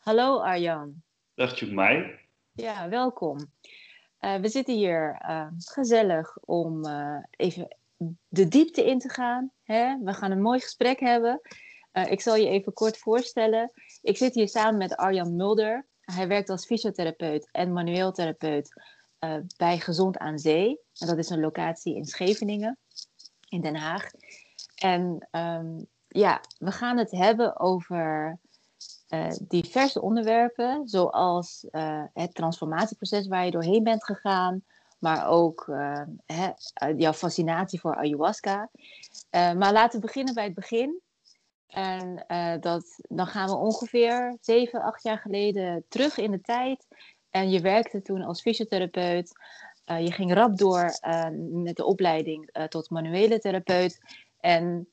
Hallo Arjan. Dag Tjoekmei. Ja, welkom. We zitten hier gezellig om even de diepte in te gaan. Hè? We gaan een mooi gesprek hebben. Ik zal je even kort voorstellen. Ik zit hier samen met Arjan Mulder. Hij werkt als fysiotherapeut en manueel therapeut bij Gezond aan Zee. En dat is een locatie in Scheveningen, in Den Haag. En ja, we gaan het hebben over diverse onderwerpen, zoals het transformatieproces waar je doorheen bent gegaan, maar ook jouw fascinatie voor ayahuasca. Maar laten we beginnen bij het begin. En dan gaan we ongeveer 7, 8 jaar geleden terug in de tijd. En je werkte toen als fysiotherapeut. Je ging rap door met de opleiding tot manuele therapeut. En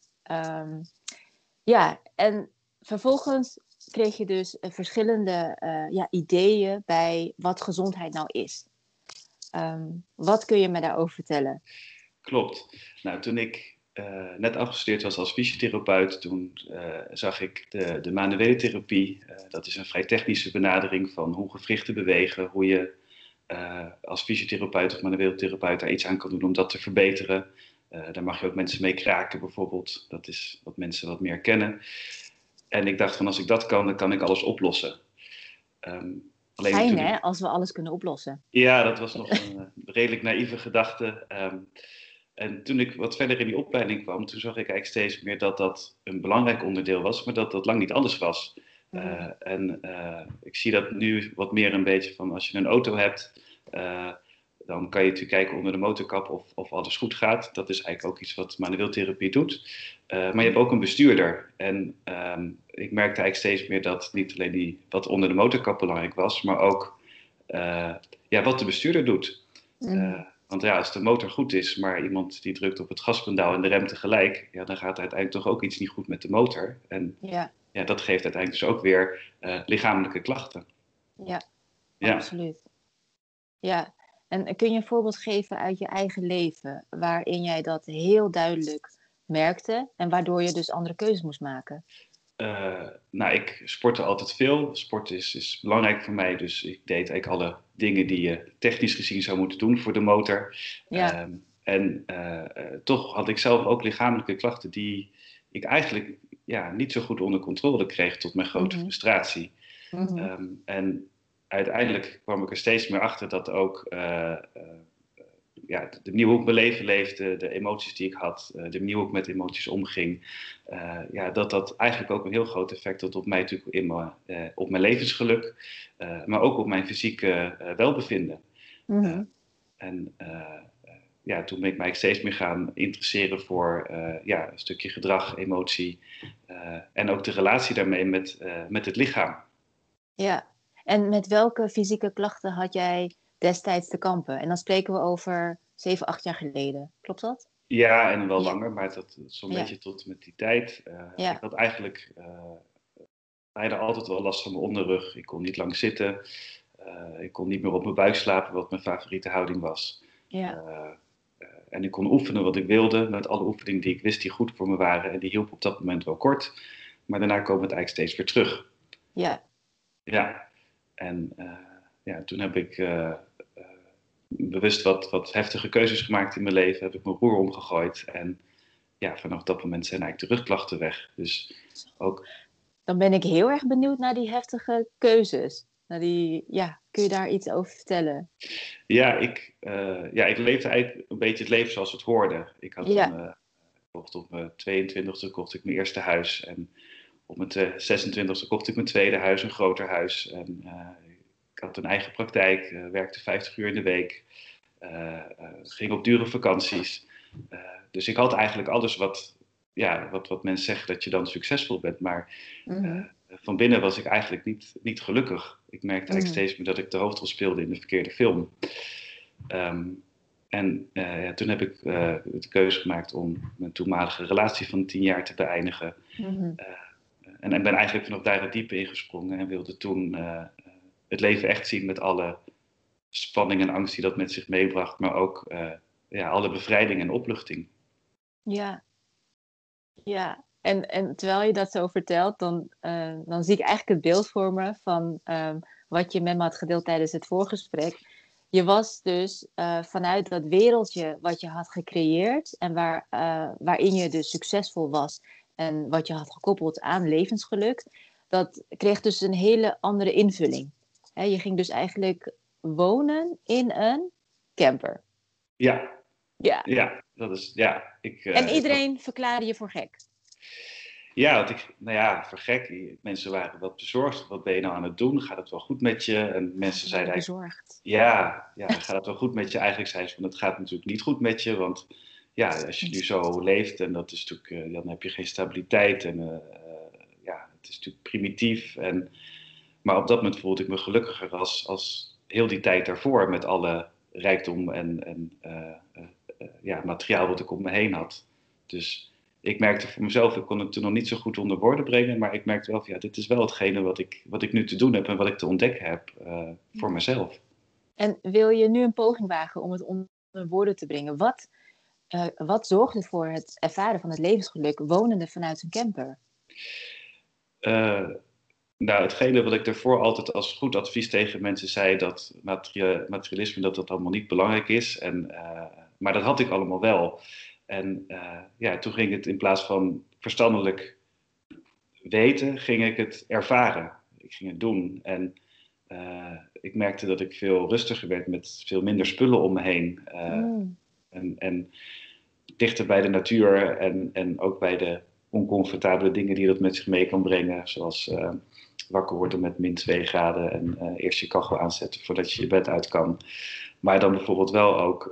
en vervolgens kreeg je dus verschillende ideeën bij wat gezondheid nou is. Wat kun je me daarover vertellen? Klopt. Nou, toen ik net afgestudeerd was als fysiotherapeut, toen zag ik de manuele therapie. Dat is een vrij technische benadering van hoe gewrichten bewegen, hoe je als fysiotherapeut of manueel therapeut daar iets aan kan doen om dat te verbeteren. Daar mag je ook mensen mee kraken bijvoorbeeld. Dat is wat mensen wat meer kennen. En ik dacht van als ik dat kan, dan kan ik alles oplossen. Fijn hè, als we alles kunnen oplossen. Ja, dat was nog een redelijk naïeve gedachte. En toen ik wat verder in die opleiding kwam, toen zag ik eigenlijk steeds meer dat dat een belangrijk onderdeel was, maar dat dat lang niet alles was. Ik zie dat nu wat meer een beetje van als je een auto hebt, dan kan je natuurlijk kijken onder de motorkap of alles goed gaat. Dat is eigenlijk ook iets wat manueel therapie doet. Maar je hebt ook een bestuurder. En ik merkte eigenlijk steeds meer dat niet alleen wat onder de motorkap belangrijk was, maar ook wat de bestuurder doet. Want ja, als de motor goed is, maar iemand die drukt op het gaspedaal en de rem tegelijk, ja, dan gaat uiteindelijk toch ook iets niet goed met de motor. En dat geeft uiteindelijk dus ook weer lichamelijke klachten. Ja, absoluut. Ja, en kun je een voorbeeld geven uit je eigen leven, waarin jij dat heel duidelijk merkte en waardoor je dus andere keuzes moest maken? Ik sportte altijd veel. Sport is belangrijk voor mij, dus ik deed eigenlijk alle dingen die je technisch gezien zou moeten doen voor de motor. Ja. Toch had ik zelf ook lichamelijke klachten die ik eigenlijk niet zo goed onder controle kreeg tot mijn grote frustratie. En uiteindelijk kwam ik er steeds meer achter dat ook de manier hoe ik mijn leven leefde, de emoties die ik had, de manier hoe ik met emoties omging, dat eigenlijk ook een heel groot effect had op mij natuurlijk op mijn levensgeluk, maar ook op mijn fysieke welbevinden. Toen ben ik mij steeds meer gaan interesseren voor een stukje gedrag, emotie en ook de relatie daarmee met het lichaam. Ja, en met welke fysieke klachten had jij destijds te kampen? En dan spreken we over 7, 8 jaar geleden. Klopt dat? Ja, en wel langer, maar dat zo'n beetje tot met die tijd. Ik had eigenlijk bijna altijd wel last van mijn onderrug. Ik kon niet lang zitten. Ik kon niet meer op mijn buik slapen, wat mijn favoriete houding was. En ik kon oefenen wat ik wilde, met alle oefeningen die ik wist die goed voor me waren. En die hielp op dat moment wel kort. Maar daarna kwam het eigenlijk steeds weer terug. Ja. En toen heb ik bewust wat heftige keuzes gemaakt in mijn leven. Heb ik mijn roer omgegooid. En vanaf dat moment zijn eigenlijk de rugklachten weg. Dus ook... Dan ben ik heel erg benieuwd naar die heftige keuzes. Kun je daar iets over vertellen? Ja, ik leefde eigenlijk een beetje het leven zoals het hoorde. Ik had op mijn 22e kocht ik mijn eerste huis. En op mijn 26e kocht ik mijn tweede huis, een groter huis. En ik had een eigen praktijk, werkte 50 uur in de week. Ging op dure vakanties. Dus ik had eigenlijk alles wat mensen zeggen dat je dan succesvol bent. Maar van binnen was ik eigenlijk niet gelukkig. Ik merkte eigenlijk steeds meer dat ik de hoofdrol speelde in de verkeerde film. Toen heb ik de keuze gemaakt om mijn toenmalige relatie van 10 jaar te beëindigen. En ik ben eigenlijk vanaf daar het diepe ingesprongen en wilde toen het leven echt zien met alle spanning en angst die dat met zich meebracht, maar ook alle bevrijding en opluchting. Ja. En terwijl je dat zo vertelt, dan zie ik eigenlijk het beeld voor me van wat je met me had gedeeld tijdens het voorgesprek. Je was dus vanuit dat wereldje wat je had gecreëerd en waarin je dus succesvol was en wat je had gekoppeld aan levensgeluk, dat kreeg dus een hele andere invulling. Hè, je ging dus eigenlijk wonen in een camper. Ja, Ja. ja, dat is, ja. En iedereen verklaarde je voor gek. Ja, nou ja, voor gek. Mensen waren wat bezorgd. Wat ben je nou aan het doen? Gaat het wel goed met je? En mensen zeiden eigenlijk, bezorgd. ja, gaat het wel goed met je? Eigenlijk zeiden ze van, het gaat natuurlijk niet goed met je. Want ja, als je nu zo leeft, en dat is natuurlijk, dan heb je geen stabiliteit. En ja, het is natuurlijk primitief. Maar op dat moment voelde ik me gelukkiger als heel die tijd daarvoor. Met alle rijkdom en ja, materiaal wat ik om me heen had. Dus ik merkte voor mezelf, ik kon het toen nog niet zo goed onder woorden brengen, maar ik merkte wel van ja, dit is wel hetgene wat ik nu te doen heb en wat ik te ontdekken heb voor mezelf. En wil je nu een poging wagen om het onder woorden te brengen? Wat zorgde voor het ervaren van het levensgeluk wonende vanuit een camper? Nou, hetgene wat ik daarvoor altijd als goed advies tegen mensen zei, dat materialisme dat allemaal niet belangrijk is. Maar dat had ik allemaal wel. En ja, toen ging het in plaats van verstandelijk weten, ging ik het ervaren. Ik ging het doen. En ik merkte dat ik veel rustiger werd met veel minder spullen om me heen. En dichter bij de natuur en ook bij de oncomfortabele dingen die dat met zich mee kan brengen. Zoals wakker worden met -2 graden en eerst je kachel aanzetten voordat je je bed uit kan. Maar dan bijvoorbeeld wel ook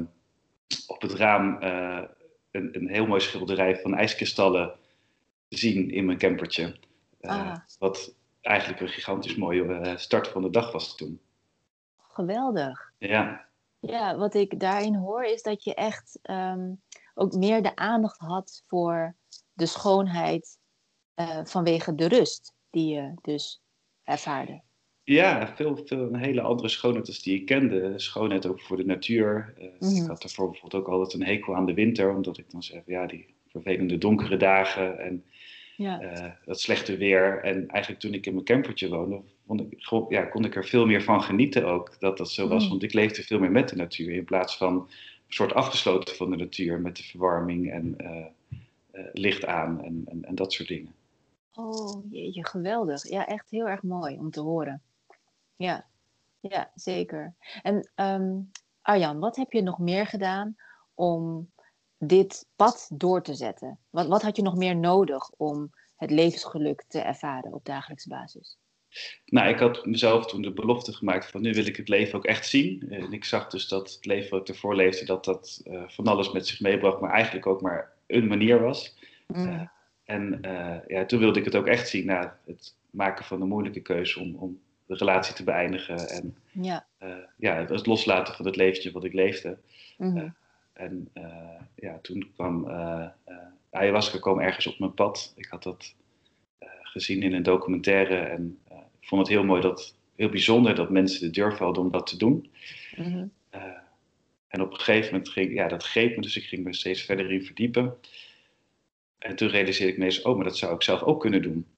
op het raam een heel mooi schilderij van ijskristallen zien in mijn campertje. Wat eigenlijk een gigantisch mooie start van de dag was toen. Geweldig. Ja. Ja, wat ik daarin hoor is dat je echt ook meer de aandacht had voor de schoonheid vanwege de rust die je dus ervaarde. Ja, een hele andere schoonheid als die ik kende. Schoonheid ook voor de natuur. Ik had daarvoor bijvoorbeeld ook altijd een hekel aan de winter, omdat ik dan zeg, ja, die vervelende donkere dagen en dat slechte weer. En eigenlijk toen ik in mijn campertje woonde, kon ik er veel meer van genieten ook, dat zo was. Want ik leefde veel meer met de natuur, in plaats van een soort afgesloten van de natuur, met de verwarming en licht aan en dat soort dingen. Oh, jeetje, geweldig. Ja, echt heel erg mooi om te horen. Ja, ja, zeker. En Arjan, wat heb je nog meer gedaan om dit pad door te zetten? Wat had je nog meer nodig om het levensgeluk te ervaren op dagelijkse basis? Nou, ik had mezelf toen de belofte gemaakt van nu wil ik het leven ook echt zien. En ik zag dus dat het leven wat ik ervoor leefde, dat van alles met zich meebracht, maar eigenlijk ook maar een manier was. Ja, toen wilde ik het ook echt zien na het maken van de moeilijke keuze om de relatie te beëindigen. En het loslaten van het leventje wat ik leefde. Ja, toen kwam ayahuasca kwam ergens op mijn pad. Ik had dat gezien in een documentaire en ik vond het heel mooi, heel bijzonder dat mensen de durf hadden om dat te doen. En op een gegeven moment dat greep me, dus ik ging me steeds verder in verdiepen. En toen realiseerde ik me eens, maar dat zou ik zelf ook kunnen doen.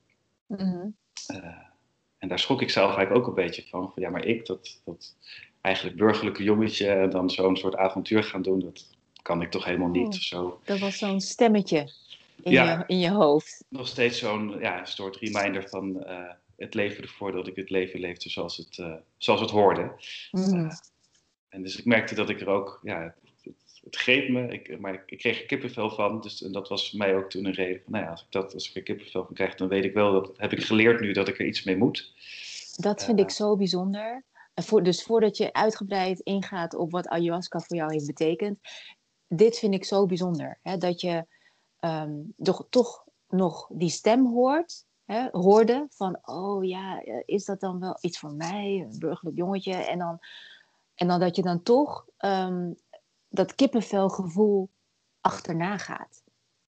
En daar schrok ik zelf eigenlijk ook een beetje van ja, maar ik, dat eigenlijk burgerlijke jongetje en dan zo'n soort avontuur gaan doen, dat kan ik toch helemaal niet. Zo. Dat was zo'n stemmetje in je hoofd. Nog steeds zo'n soort reminder van het leven ervoor dat ik het leven leefde zoals het hoorde. En dus ik merkte dat ik er ook, het greep me, maar ik kreeg er kippenvel van. Dus, en dat was voor mij ook toen een reden van, als ik er kippenvel van krijg, dan weet ik wel, dat heb ik geleerd nu dat ik er iets mee moet. Dat vind ik zo bijzonder. Dus voordat je uitgebreid ingaat op wat ayahuasca voor jou heeft betekend, dit vind ik zo bijzonder. Hè? Dat je toch nog die stem hoorde van, oh ja, is dat dan wel iets voor mij, een burgerlijk jongetje? En dan dat je dan toch dat kippenvelgevoel achterna gaat.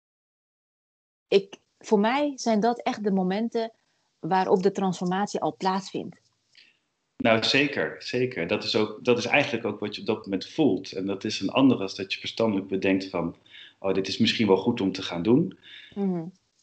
Voor mij zijn dat echt de momenten waarop de transformatie al plaatsvindt. Nou, zeker, zeker. Dat is eigenlijk ook wat je op dat moment voelt. En dat is een ander als dat je verstandelijk bedenkt van, dit is misschien wel goed om te gaan doen.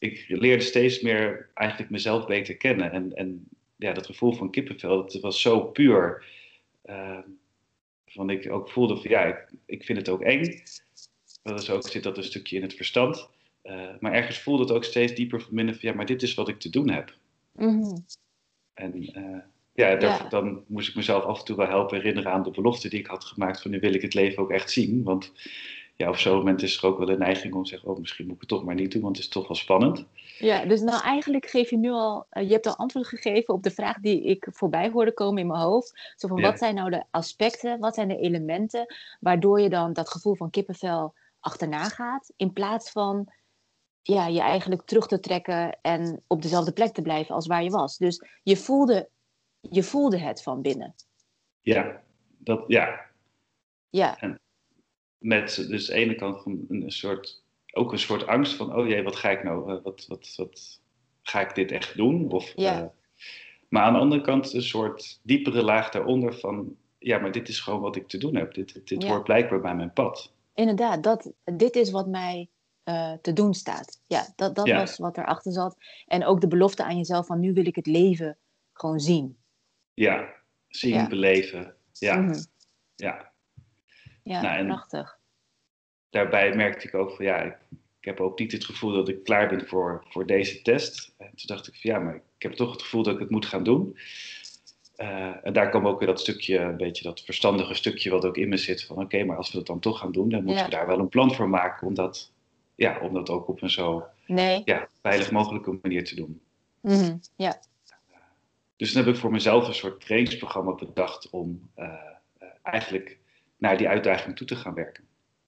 ik leerde steeds meer eigenlijk mezelf beter kennen. En ja, dat gevoel van kippenvel, dat was zo puur. Van ik ook voelde van ja, ik vind het ook eng. Dat is ook, zit dat een stukje in het verstand. Maar ergens voelde het ook steeds dieper van binnen van ja, maar dit is wat ik te doen heb. Mhm. En ja, Ja. dan moest ik mezelf af en toe wel helpen herinneren aan de belofte die ik had gemaakt. Van nu wil ik het leven ook echt zien. Want ja, op zo'n moment is er ook wel een neiging om te zeggen, oh, misschien moet ik het toch maar niet doen, want het is toch wel spannend. Ja, dus nou eigenlijk geef je nu al, je hebt al antwoord gegeven op de vraag die ik voorbij hoorde komen in mijn hoofd. Zo van, wat Ja, zijn nou de aspecten, wat zijn de elementen, waardoor je dan dat gevoel van kippenvel achterna gaat, in plaats van ja, je eigenlijk terug te trekken en op dezelfde plek te blijven als waar je was. Dus je voelde het van binnen. ja, ja. Ja, En met dus de ene kant van ook een soort angst van, oh jee, wat ga ik nou, wat ga ik dit echt doen? ja, Maar aan de andere kant een soort diepere laag daaronder van, ja, maar dit is gewoon wat ik te doen heb. Dit ja. hoort blijkbaar bij mijn pad. Inderdaad, dit is wat mij te doen staat. Ja, dat Ja, was wat erachter zat. En ook de belofte aan jezelf van nu wil ik het leven gewoon zien. ja, zien, Ja, beleven, ja, mhm. ja. Ja, Nou, en prachtig. daarbij merkte ik ook van, ja, ik heb ook niet het gevoel dat ik klaar ben voor deze test. En toen dacht ik van, ja, maar ik heb toch het gevoel dat ik het moet gaan doen. En daar kwam ook weer dat stukje, een beetje dat verstandige stukje wat ook in me zit. Van oké, maar als we dat dan toch gaan doen, dan moeten we Ja, daar wel een plan voor maken om dat ook op een zo nee. ja, veilig mogelijke manier te doen. Mhm. Ja. Dus dan heb ik voor mezelf een soort trainingsprogramma bedacht om eigenlijk naar die uitdaging toe te gaan werken.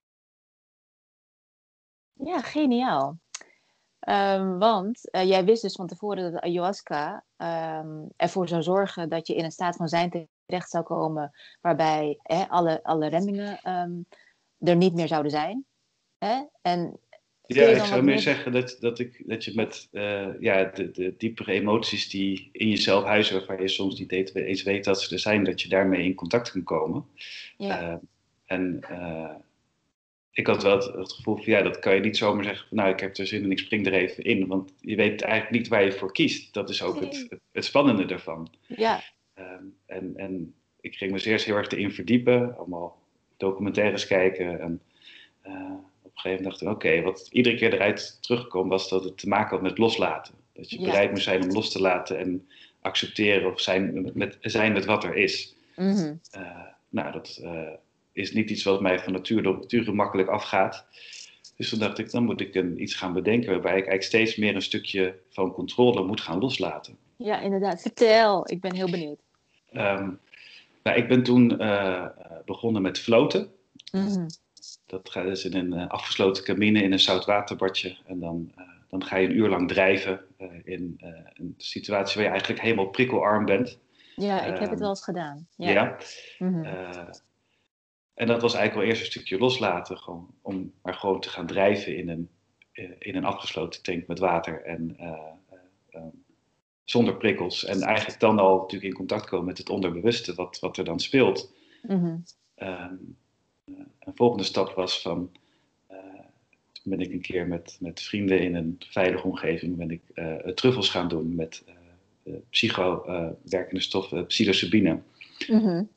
Ja, geniaal. Want jij wist dus van tevoren dat ayahuasca ervoor zou zorgen dat je in een staat van zijn terecht zou komen, waarbij alle remmingen er niet meer zouden zijn. Hè? En kun Ja, je ik dan zou wat meer meer. zeggen dat je met ja, de diepere emoties die in jezelf huizen, waarvan je soms niet eens weet dat ze er zijn, dat je daarmee in contact kan komen. Ja, Uh, en ik had wel het gevoel van, ja, dat kan je niet zomaar zeggen van, nou, ik heb er zin in, ik spring er even in. Want je weet eigenlijk niet waar je voor kiest. Dat is ook nee. het spannende ervan. Ja, En ik ging me eerst heel erg erin verdiepen, allemaal documentaires kijken. En op een gegeven moment dacht ik, oké, wat iedere keer eruit terugkwam, was dat het te maken had met loslaten. Dat je ja. bereid moet zijn om los te laten en accepteren of zijn met wat er is. Mhm. Nou, dat is niet iets wat mij van nature makkelijk afgaat. Dus toen dacht ik, dan moet ik iets gaan bedenken waarbij ik eigenlijk steeds meer een stukje van controle moet gaan loslaten. Ja, inderdaad. Vertel, ik ben heel benieuwd. Nou, ik ben toen begonnen met floten. Mhm. Dat gaat dus in een afgesloten cabine in een zoutwaterbadje. En dan ga je een uur lang drijven in een situatie waar je eigenlijk helemaal prikkelarm bent. Ja, ik heb het Um, wel eens gedaan. Ja. ja. Mhm. Uh, en dat was eigenlijk wel eerst een stukje loslaten. Gewoon, om maar gewoon te gaan drijven in een afgesloten tank met water. En zonder prikkels. En eigenlijk dan al natuurlijk in contact komen met het onderbewuste. Wat er dan speelt. Mhm. Um, een volgende stap was van... Toen ben ik een keer met vrienden in een veilige omgeving ben ik truffels gaan doen met werkende stof psilocybine. Mhm.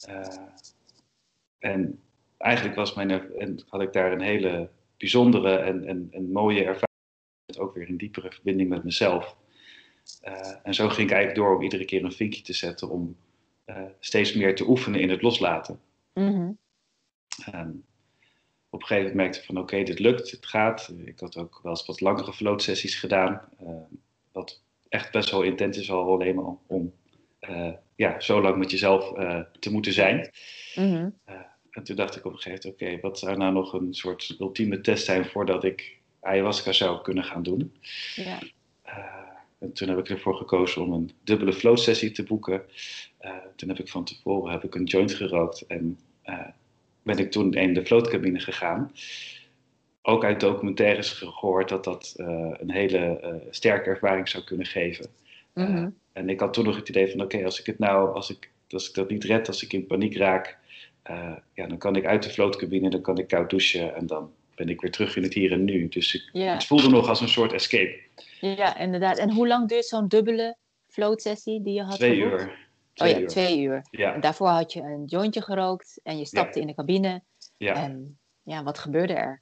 En eigenlijk had ik daar een hele bijzondere en mooie ervaring. Met ook weer een diepere verbinding met mezelf. En zo ging ik eigenlijk door om iedere keer een vinkje te zetten om steeds meer te oefenen in het loslaten. Mhm. Op een gegeven moment merkte ik van oké, dit lukt, het gaat. Ik had ook wel eens wat langere floatsessies gedaan. Wat echt best wel intens is al alleen maar om ja, zo lang met jezelf te moeten zijn. Mhm. En toen dacht ik op een gegeven moment, oké, wat zou nou nog een soort ultieme test zijn voordat ik ayahuasca zou kunnen gaan doen. Ja. En toen heb ik ervoor gekozen om een dubbele floatsessie te boeken. Toen heb ik van tevoren een joint gerookt en ben ik toen in de floatcabine gegaan. Ook uit documentaires gehoord dat een hele sterke ervaring zou kunnen geven. Mhm. En ik had toen nog het idee van oké, als ik dat niet red, als ik in paniek raak, ja, dan kan ik uit de floatcabine, dan kan ik koud douchen en dan ben ik weer terug in het hier en nu. Dus Ja. het voelde nog als een soort escape. Ja, inderdaad. En hoe lang duurt zo'n dubbele floatsessie die je had 2 geboekt? uur. Oh ja, Uur. 2 uur. Ja. En daarvoor had je een jointje gerookt en je stapte in de cabine. Ja. En ja, wat gebeurde er?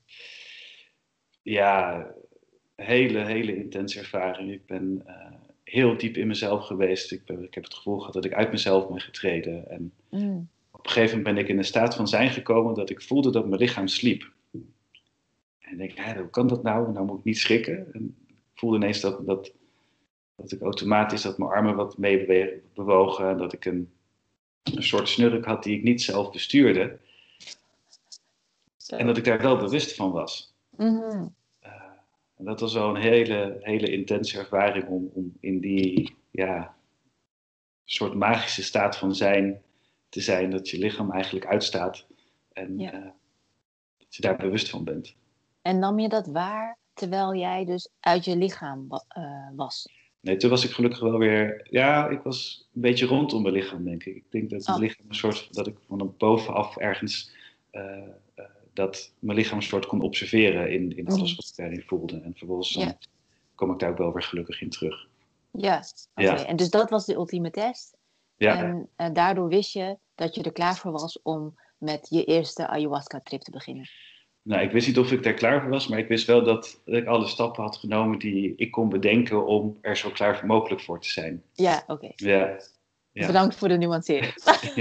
Ja, hele intense ervaring. Ik ben heel diep in mezelf geweest. Ik heb het gevoel gehad dat ik uit mezelf ben getreden. En op een gegeven moment ben ik in een staat van zijn gekomen dat ik voelde dat mijn lichaam sliep. En ik denk, hoe kan dat nou? Nou moet ik niet schrikken. En ik voelde ineens dat ik automatisch dat mijn armen wat mee bewogen. En dat ik een soort snurk had die ik niet zelf bestuurde. Zo. En dat ik daar wel bewust van was. Mm-hmm. En dat was wel een hele intense ervaring om in die soort magische staat van zijn te zijn. Dat je lichaam eigenlijk uitstaat. En dat je daar bewust van bent. En nam je dat waar terwijl jij dus uit je lichaam was? Nee, toen was ik gelukkig wel weer... Ja, ik was een beetje rondom mijn lichaam, denk ik. Ik denk dat mijn lichaam dat ik van bovenaf ergens... dat mijn lichaam een soort kon observeren in alles wat ik daarin voelde. En vervolgens kom ik daar ook wel weer gelukkig in terug. Ja, oké. En dus dat was de ultieme test. Ja. En daardoor wist je dat je er klaar voor was om met je eerste ayahuasca-trip te beginnen. Nou, ik wist niet of ik daar klaar voor was, maar ik wist wel dat ik alle stappen had genomen die ik kon bedenken om er zo klaar mogelijk voor te zijn. Ja, oké. Ja. Bedankt voor de nuancering.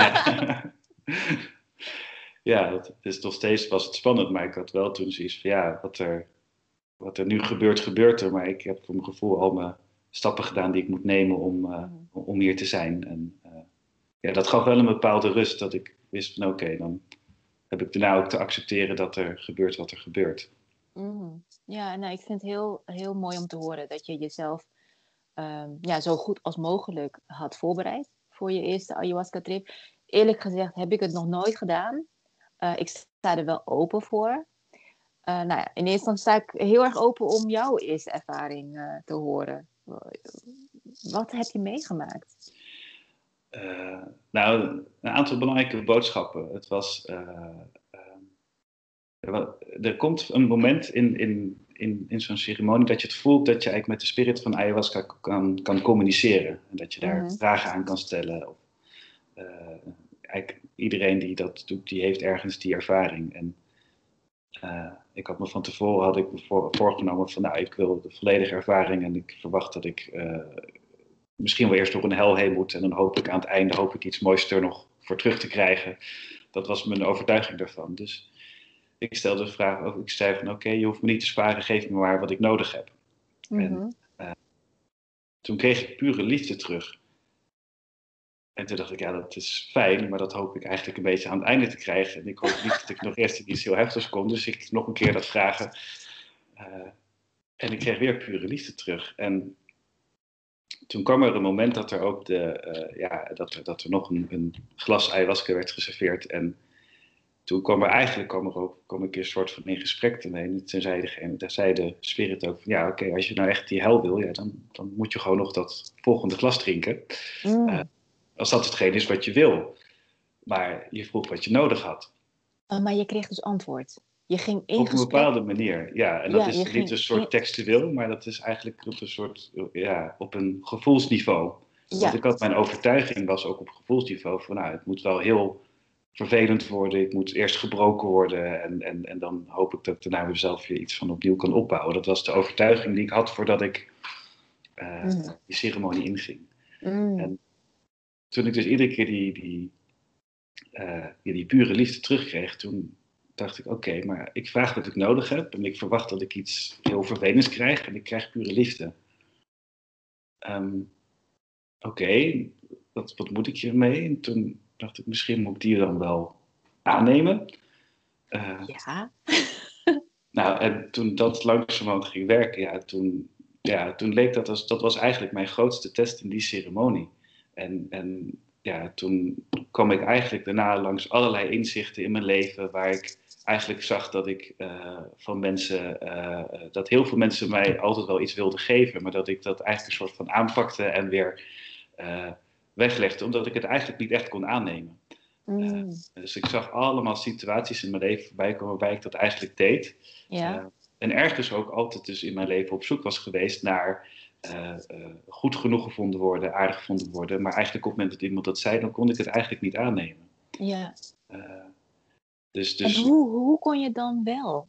Ja, dus nog steeds was het spannend, maar ik had wel toen zoiets van wat er nu gebeurt, gebeurt er. Maar ik heb voor mijn gevoel al mijn stappen gedaan die ik moet nemen om hier te zijn. En dat gaf wel een bepaalde rust dat ik wist van oké, dan heb ik daarna ook te accepteren dat er gebeurt wat er gebeurt. Ja, nou, ik vind het heel, heel mooi om te horen dat je jezelf zo goed als mogelijk had voorbereid voor je eerste ayahuasca-trip. Eerlijk gezegd heb ik het nog nooit gedaan. Ik sta er wel open voor. In eerste instantie sta ik heel erg open om jouw eerste ervaring te horen. Wat heb je meegemaakt? Een aantal belangrijke boodschappen. Het was... er komt een moment in zo'n ceremonie dat je het voelt dat je eigenlijk met de spirit van ayahuasca kan communiceren. En dat je daar vragen aan kan stellen. Eigenlijk iedereen die dat doet, die heeft ergens die ervaring. En ik had me van tevoren voorgenomen van ik wil de volledige ervaring en ik verwacht dat ik misschien wel eerst door een hel heen moet en dan hoop ik aan het einde iets moois er nog voor terug te krijgen. Dat was mijn overtuiging daarvan. Dus ik stelde de vraag, ik zei van oké, je hoeft me niet te sparen, geef me maar wat ik nodig heb. En toen kreeg ik pure liefde terug. En toen dacht ik, dat is fijn, maar dat hoop ik eigenlijk een beetje aan het einde te krijgen. En ik hoop niet dat ik nog eerst iets heel heftigs kon, dus ik nog een keer dat vragen. En ik kreeg weer pure liefde terug. En toen kwam er een moment dat er ook dat er nog een glas ayahuasca werd geserveerd. En toen kwam ik een soort van in gesprek ermee. En toen zei de spirit ook van als je nou echt die hel wil, dan moet je gewoon nog dat volgende glas drinken. Als dat hetgeen is wat je wil. Maar je vroeg wat je nodig had. Maar je kreeg dus antwoord. Je ging in op een bepaalde manier, ja. En dat is niet een soort textueel, maar dat is eigenlijk op een gevoelsniveau. Ja. Want ik had mijn overtuiging was ook op gevoelsniveau van het moet wel heel vervelend worden. Ik moet eerst gebroken worden en dan hoop ik dat ik daarna weer zelf weer iets van opnieuw kan opbouwen. Dat was de overtuiging die ik had voordat ik die ceremonie inging. En toen ik dus iedere keer die pure liefde terugkreeg, toen dacht ik, oké, maar ik vraag wat ik nodig heb en ik verwacht dat ik iets heel vervelends krijg en ik krijg pure liefde. Oké, wat moet ik hiermee? En toen dacht ik, misschien moet ik die dan wel aannemen. Ja. En toen dat langzamerhand ging werken, toen leek dat was eigenlijk mijn grootste test in die ceremonie. En toen kwam ik eigenlijk daarna langs allerlei inzichten in mijn leven waar ik eigenlijk zag dat ik van mensen, dat heel veel mensen mij altijd wel iets wilden geven, maar dat ik dat eigenlijk een soort van aanpakte en weer weglegde, omdat ik het eigenlijk niet echt kon aannemen. Dus ik zag allemaal situaties in mijn leven voorbij komen waarbij ik dat eigenlijk deed. Ja. En ergens ook altijd dus in mijn leven op zoek was geweest naar goed genoeg gevonden worden, aardig gevonden worden. Maar eigenlijk op het moment dat iemand dat zei, dan kon ik het eigenlijk niet aannemen. Ja. Dus En hoe kon je dan wel?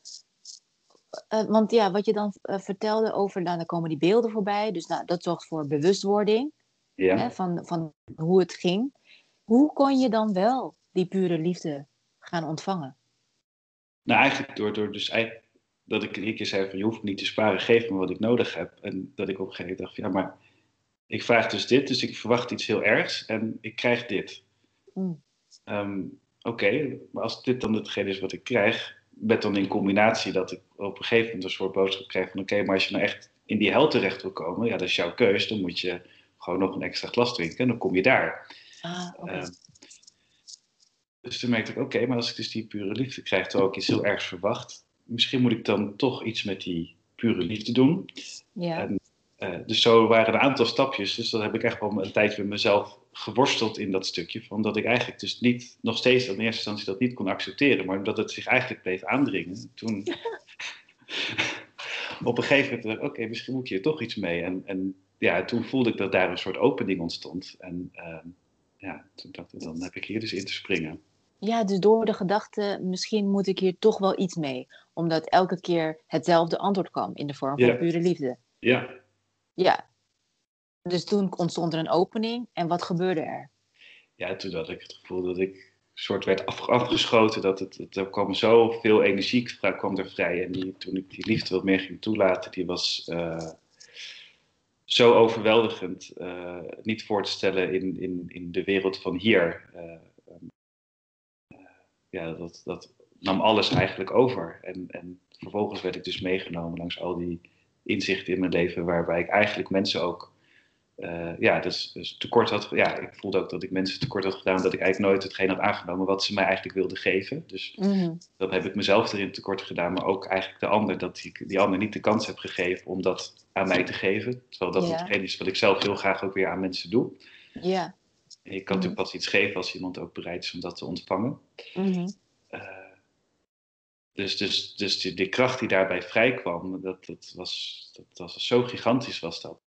Want ja, wat je dan vertelde over, nou, dan komen die beelden voorbij. Dus nou, dat zorgt voor bewustwording, hè, van hoe het ging. Hoe kon je dan wel die pure liefde gaan ontvangen? Nou, eigenlijk door dus eigenlijk dat ik een keer zei van je hoeft niet te sparen, geef me wat ik nodig heb. En dat ik op een gegeven moment dacht van, ja, maar ik vraag dus dit, dus ik verwacht iets heel ergs en ik krijg dit. Oké, maar als dit dan hetgeen is wat ik krijg, met dan in combinatie dat ik op een gegeven moment een soort boodschap krijg van oké, maar als je nou echt in die hel terecht wil komen, ja, dat is jouw keus, dan moet je gewoon nog een extra glas drinken en dan kom je daar. Dus toen merkte ik, oké, maar als ik dus die pure liefde krijg, terwijl ik iets heel ergs verwacht, misschien moet ik dan toch iets met die pure liefde doen. Ja. Dus zo waren een aantal stapjes. Dus dan heb ik echt wel een tijdje met mezelf geworsteld in dat stukje. Van dat ik eigenlijk dus niet, nog steeds in eerste instantie dat niet kon accepteren. Maar omdat het zich eigenlijk bleef aandringen. Toen op een gegeven moment dacht ik, oké, misschien moet ik hier toch iets mee. En ja, toen voelde ik dat daar een soort opening ontstond. En toen dacht ik, dan heb ik hier dus in te springen. Ja, dus door de gedachte, misschien moet ik hier toch wel iets mee. Omdat elke keer hetzelfde antwoord kwam in de vorm van pure liefde. Ja. Ja. Dus toen ontstond er een opening. En wat gebeurde er? Ja, toen had ik het gevoel dat ik een soort werd afgeschoten. Er kwam zoveel energie kwam er vrij. En toen ik die liefde wat meer ging toelaten, die was zo overweldigend. Niet voor te stellen in de wereld van hier. Dat nam alles eigenlijk over. En vervolgens werd ik dus meegenomen langs al die inzichten in mijn leven, waarbij ik eigenlijk mensen ook dus tekort had. Ja, ik voelde ook dat ik mensen tekort had gedaan, dat ik eigenlijk nooit hetgeen had aangenomen wat ze mij eigenlijk wilden geven. Dus dan heb ik mezelf erin tekort gedaan, maar ook eigenlijk de ander, dat ik die ander niet de kans heb gegeven om dat aan mij te geven. Terwijl dat hetgeen is wat ik zelf heel graag ook weer aan mensen doe. Ja. En je kan natuurlijk pas iets geven als iemand ook bereid is om dat te ontvangen. Dus die kracht die daarbij vrijkwam, dat was zo gigantisch was dat.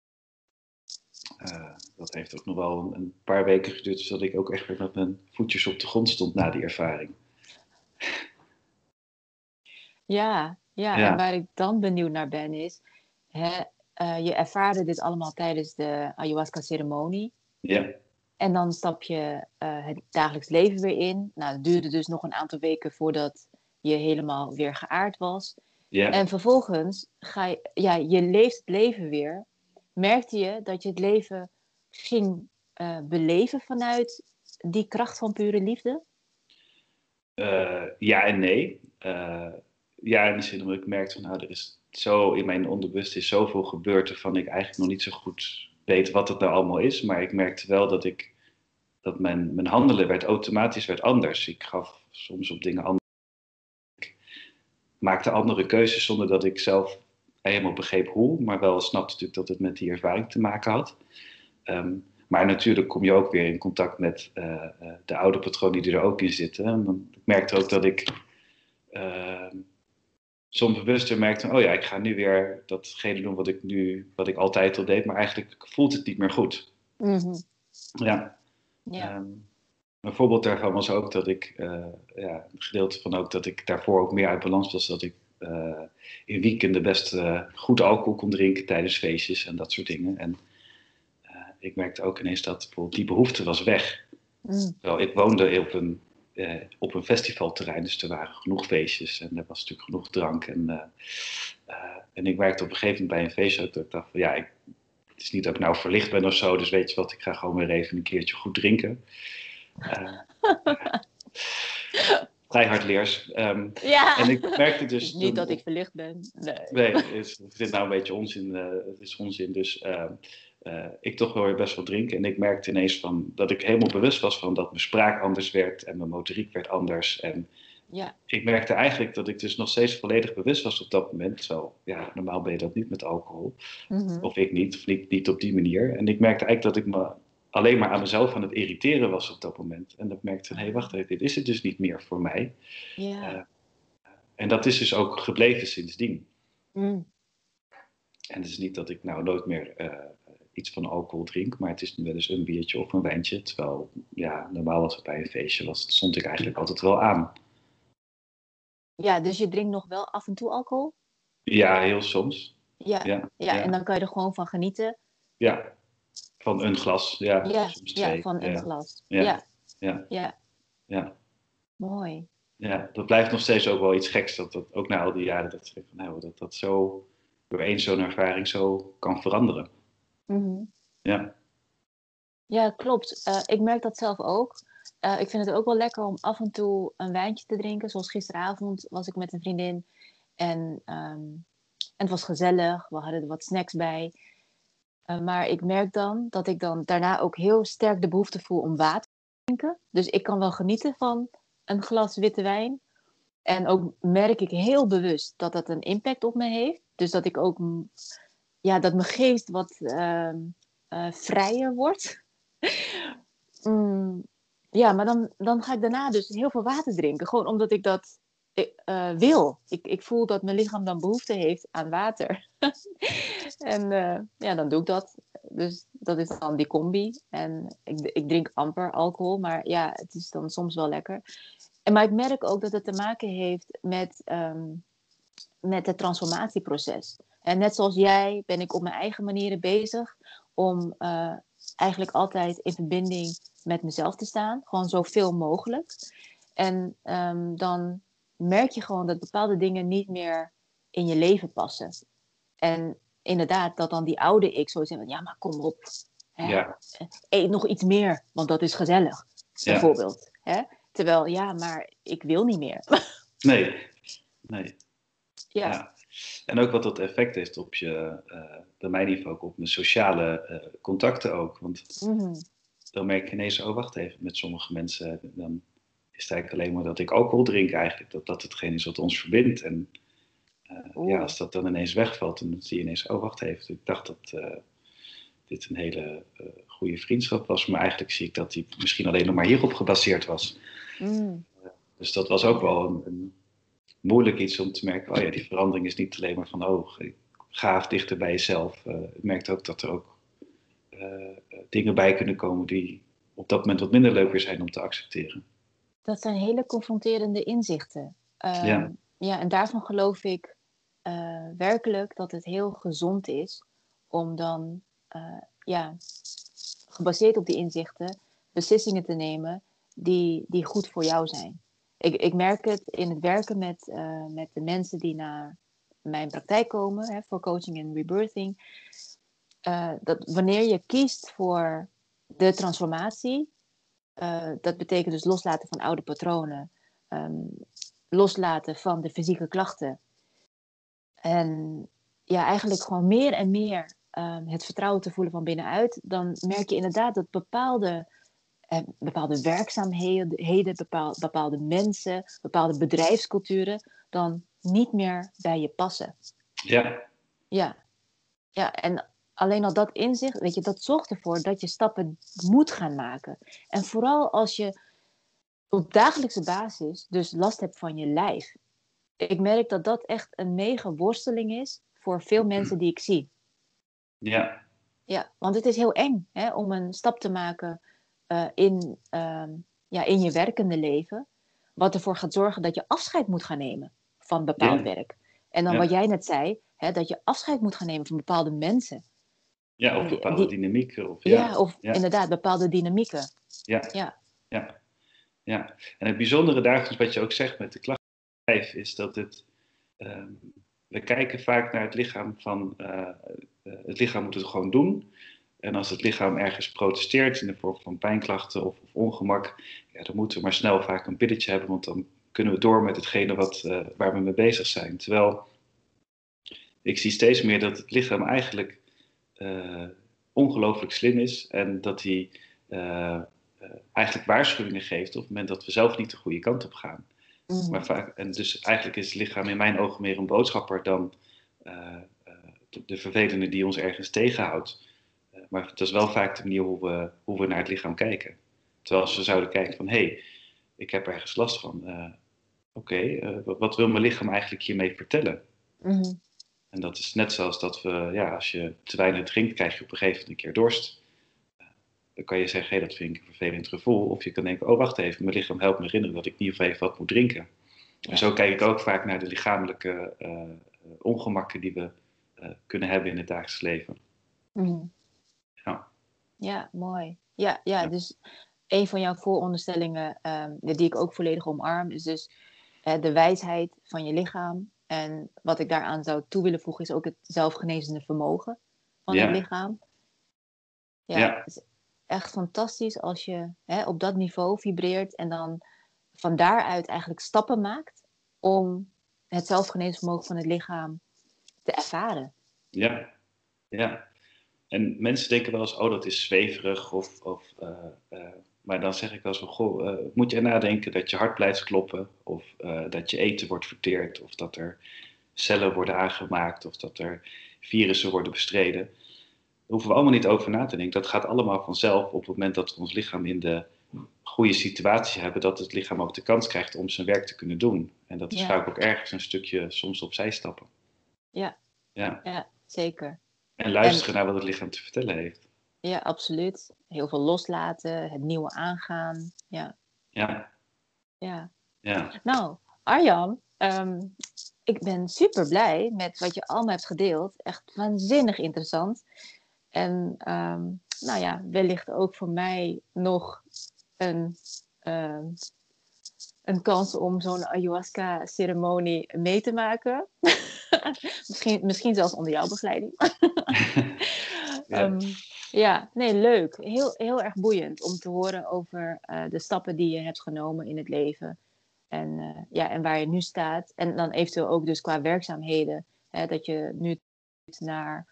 Dat heeft ook nog wel een paar weken geduurd, zodat ik ook echt weer met mijn voetjes op de grond stond na die ervaring. Ja. En waar ik dan benieuwd naar ben is, je ervaarde dit allemaal tijdens de ayahuasca-ceremonie. Ja. En dan stap je het dagelijks leven weer in. Nou, het duurde dus nog een aantal weken voordat je helemaal weer geaard was. Ja. En vervolgens je leeft het leven weer. Merkte je dat je het leven ging beleven vanuit die kracht van pure liefde? Ja en nee. Ja, in de zin dat ik merkte van, er is zo in mijn onderbewust is zoveel gebeurd waarvan ik eigenlijk nog niet zo goed weet wat het nou allemaal is. Maar ik merkte wel dat mijn handelen automatisch werd anders. Ik gaf soms op dingen anders. Ik maakte andere keuzes zonder dat ik zelf helemaal begreep hoe, maar wel snapte natuurlijk dat het met die ervaring te maken had. Maar natuurlijk kom je ook weer in contact met de oude patronen die er ook in zitten. En ik merkte ook dat ik soms bewuster merkte, oh ja, ik ga nu weer datgene doen wat ik altijd al deed, maar eigenlijk voelt het niet meer goed. Ja. Een voorbeeld daarvan was ook dat ik, een gedeelte van ook dat ik daarvoor ook meer uit balans was, dat ik in weekenden best goed alcohol kon drinken tijdens feestjes en dat soort dingen. En ik merkte ook ineens dat bijvoorbeeld die behoefte was weg. Terwijl ik woonde op een festivalterrein, dus er waren genoeg feestjes en er was natuurlijk genoeg drank. En ik merkte op een gegeven moment bij een feestje ook dat ik dacht van het is niet dat ik nou verlicht ben of zo, dus weet je wat, ik ga gewoon weer even een keertje goed drinken. Vrij hard leers. En ik merkte dus... Niet dat ik verlicht ben. Nee, is dit nou een beetje onzin? Het is onzin, dus ik toch wel weer best wel drinken. En ik merkte ineens dat ik helemaal bewust was van dat mijn spraak anders werd en mijn motoriek werd anders. En ik merkte eigenlijk dat ik dus nog steeds volledig bewust was op dat moment. Terwijl, normaal ben je dat niet met alcohol. Of ik niet, of niet op die manier. En ik merkte eigenlijk dat ik me alleen maar aan mezelf aan het irriteren was op dat moment. En dat ik merkte van, hé, wacht even, dit is het dus niet meer voor mij. Ja. En dat is dus ook gebleven sindsdien. Mm. En het is niet dat ik nou nooit meer iets van alcohol drink, maar het is nu wel eens een biertje of een wijntje. Terwijl, ja, normaal als het bij een feestje was, stond ik eigenlijk altijd wel aan. Ja, dus je drinkt nog wel af en toe alcohol? Ja, heel soms. Ja. Ja, Ja, en ja, dan kan je er gewoon van genieten. ja. Van een glas, ja, Ja, soms ja, twee. van een Ja, glas. ja, Ja, ja, ja, ja. mooi. Ja, dat blijft nog steeds ook wel iets geks. Dat ook na al die jaren dat, van, nou, dat zo door één zo'n ervaring zo kan veranderen. Mhm. Ja, Ja, klopt. Ik merk dat zelf ook. Ik vind het ook wel lekker om af en toe een wijntje te drinken. Zoals gisteravond was ik met een vriendin en het was gezellig. We hadden er wat snacks bij. Maar ik merk dan dat ik dan daarna ook heel sterk de behoefte voel om water te drinken. Dus ik kan wel genieten van een glas witte wijn. En ook merk ik heel bewust dat dat een impact op me heeft. Dus dat ik ook, ja, dat mijn geest wat vrijer wordt. Mm, ja, maar dan ga ik daarna dus heel veel water drinken. Gewoon omdat ik dat wil. Ik voel dat mijn lichaam dan behoefte heeft aan water. En ja, dan doe ik dat. Dus dat is dan die combi. En ik drink amper alcohol, maar ja, het is dan soms wel lekker. Maar ik merk ook dat het te maken heeft met het transformatieproces. En net zoals jij ben ik op mijn eigen manieren bezig om eigenlijk altijd in verbinding met mezelf te staan. Gewoon zoveel mogelijk. En dan merk je gewoon dat bepaalde dingen niet meer in je leven passen. En inderdaad, dat dan die oude ik zo zegt, ja, maar kom op. Hè? ja, Eet nog iets meer, want dat is gezellig. ja. Bijvoorbeeld. Hè? Terwijl, ja, maar ik wil niet meer. Nee, nee. Ja. Ja. En ook wat dat effect heeft op je, bij mij in ieder geval ook op mijn sociale contacten ook. Want Mhm. dan merk je ineens, oh wacht even, met sommige mensen, dan is het eigenlijk alleen maar dat ik alcohol drink eigenlijk. Dat hetgeen is wat ons verbindt. En ja, Oeh. als dat dan ineens wegvalt, dan zie je ineens, oh wacht even, ik dacht dat dit een hele goede vriendschap was. Maar eigenlijk zie ik dat die misschien alleen nog maar hierop gebaseerd was. Mm. Dus dat was ook wel een moeilijk iets om te merken, oh ja, die verandering is niet alleen maar van, oh, gaaf dichter bij jezelf. Ik merkte ook dat er ook dingen bij kunnen komen die op dat moment wat minder leuk weer zijn om te accepteren. Dat zijn hele confronterende inzichten. Ja, Ja, en daarvan geloof ik werkelijk dat het heel gezond is om dan, ja, gebaseerd op die inzichten, beslissingen te nemen die goed voor jou zijn. Ik merk het in het werken met de mensen die naar mijn praktijk komen, hè, voor coaching en rebirthing. Dat wanneer je kiest voor de transformatie, dat betekent dus loslaten van oude patronen, ehm, loslaten van de fysieke klachten. En ja, eigenlijk gewoon meer en meer het vertrouwen te voelen van binnenuit. Dan merk je inderdaad dat bepaalde werkzaamheden, bepaalde mensen, bepaalde bedrijfsculturen dan niet meer bij je passen. ja, Ja, ja, en alleen al dat inzicht, weet je, dat zorgt ervoor dat je stappen moet gaan maken. En vooral als je op dagelijkse basis dus last hebt van je lijf. Ik merk dat dat echt een mega worsteling is voor veel mensen die ik zie. ja, Ja, want het is heel eng hè, om een stap te maken in je werkende leven. Wat ervoor gaat zorgen dat je afscheid moet gaan nemen van bepaald ja, werk. En dan wat ja. jij net zei, hè, dat je afscheid moet gaan nemen van bepaalde mensen. Ja, of bepaalde Die, dynamieken. Of ja, ja, of ja, inderdaad bepaalde dynamieken. ja, Ja. ja, ja. En het bijzondere daar, dus wat je ook zegt met de klacht is dat ehm, we kijken vaak naar het lichaam van, het lichaam moet het gewoon doen. En als het lichaam ergens protesteert in de vorm van pijnklachten of ongemak, ja, dan moeten we maar snel vaak een pilletje hebben, want dan kunnen we door met hetgene waar we mee bezig zijn. Terwijl ik zie steeds meer dat het lichaam eigenlijk ongelooflijk slim is en dat hij eigenlijk waarschuwingen geeft op het moment dat we zelf niet de goede kant op gaan. Mhm. Maar vaak, en dus eigenlijk is het lichaam in mijn ogen meer een boodschapper dan de vervelende die ons ergens tegenhoudt. Maar het is wel vaak de manier hoe we naar het lichaam kijken. Terwijl als we zouden kijken van, hé, ik heb ergens last van. Wat wil mijn lichaam eigenlijk hiermee vertellen? Mhm. En dat is net zoals dat we, ja, als je te weinig drinkt, krijg je op een gegeven moment een keer dorst. Dan kan je zeggen, hé, dat vind ik een vervelend gevoel. Of je kan denken, oh, wacht even, mijn lichaam helpt me herinneren dat ik in ieder geval even wat moet drinken. En zo kijk ik ook vaak naar de lichamelijke ongemakken die we kunnen hebben in het dagelijks leven. Mhm. Ja. Ja, mooi. Ja, ja, Ja. dus een van jouw vooronderstellingen, die ik ook volledig omarm, is dus de wijsheid van je lichaam. En wat ik daaraan zou toe willen voegen, is ook het zelfgenezende vermogen van het Ja. lichaam. Ja, Ja. het is echt fantastisch als je op dat niveau vibreert en dan van daaruit eigenlijk stappen maakt om het zelfgenezend vermogen van het lichaam te ervaren. Ja. Ja. En mensen denken wel eens, oh, dat is zweverig. Maar dan zeg ik wel eens van, goh, moet je nadenken dat je hart blijft kloppen. Of dat je eten wordt verteerd. Of dat er cellen worden aangemaakt. Of dat er virussen worden bestreden. Daar hoeven we allemaal niet over na te denken. Dat gaat allemaal vanzelf op het moment dat we ons lichaam in de goede situatie hebben. Dat het lichaam ook de kans krijgt om zijn werk te kunnen doen. En dat is vaak ook ergens een stukje soms opzij stappen. Ja, Ja. ja, zeker. En luisteren naar wat het lichaam te vertellen heeft. Ja, absoluut. Heel veel loslaten, het nieuwe aangaan. Ja. Ja. Ja. Ja. Nou, Arjan, ik ben super blij met wat je allemaal hebt gedeeld. Echt waanzinnig interessant. En nou ja, wellicht ook voor mij nog een, ehm, een kans om zo'n ayahuasca-ceremonie mee te maken. misschien zelfs onder jouw begeleiding. Ja. Ja, nee, leuk. Heel, heel erg boeiend om te horen over de stappen die je hebt genomen in het leven. En, en waar je nu staat. En dan eventueel ook dus qua werkzaamheden. Dat je nu naar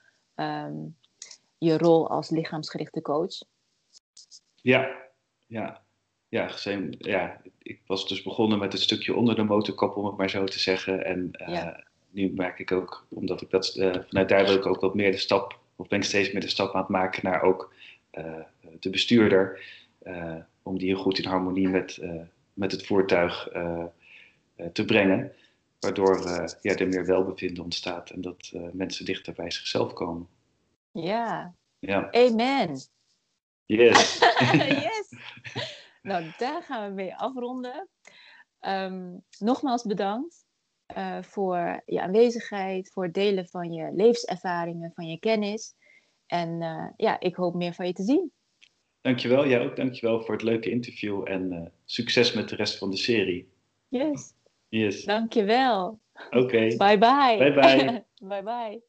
je rol als lichaamsgerichte coach. Ja. Ik was dus begonnen met het stukje onder de motorkap, om het maar zo te zeggen. En nu merk ik ook, omdat ik dat vanuit daar wil ik ook wat meer de stap, of ben ik steeds meer de stap aan het maken naar ook de bestuurder. Om die goed in harmonie met het voertuig te brengen. Waardoor er meer welbevinden ontstaat en dat mensen dichter bij zichzelf komen. Ja. Ja. Amen. Yes. Yes. Nou, daar gaan we mee afronden. Nogmaals bedankt voor je aanwezigheid, voor het delen van je levenservaringen, van je kennis. En ik hoop meer van je te zien. Dankjewel, jij ook. Dankjewel voor het leuke interview en succes met de rest van de serie. Yes. Yes. Dankjewel. Oké. Bye bye. Bye bye. Bye bye.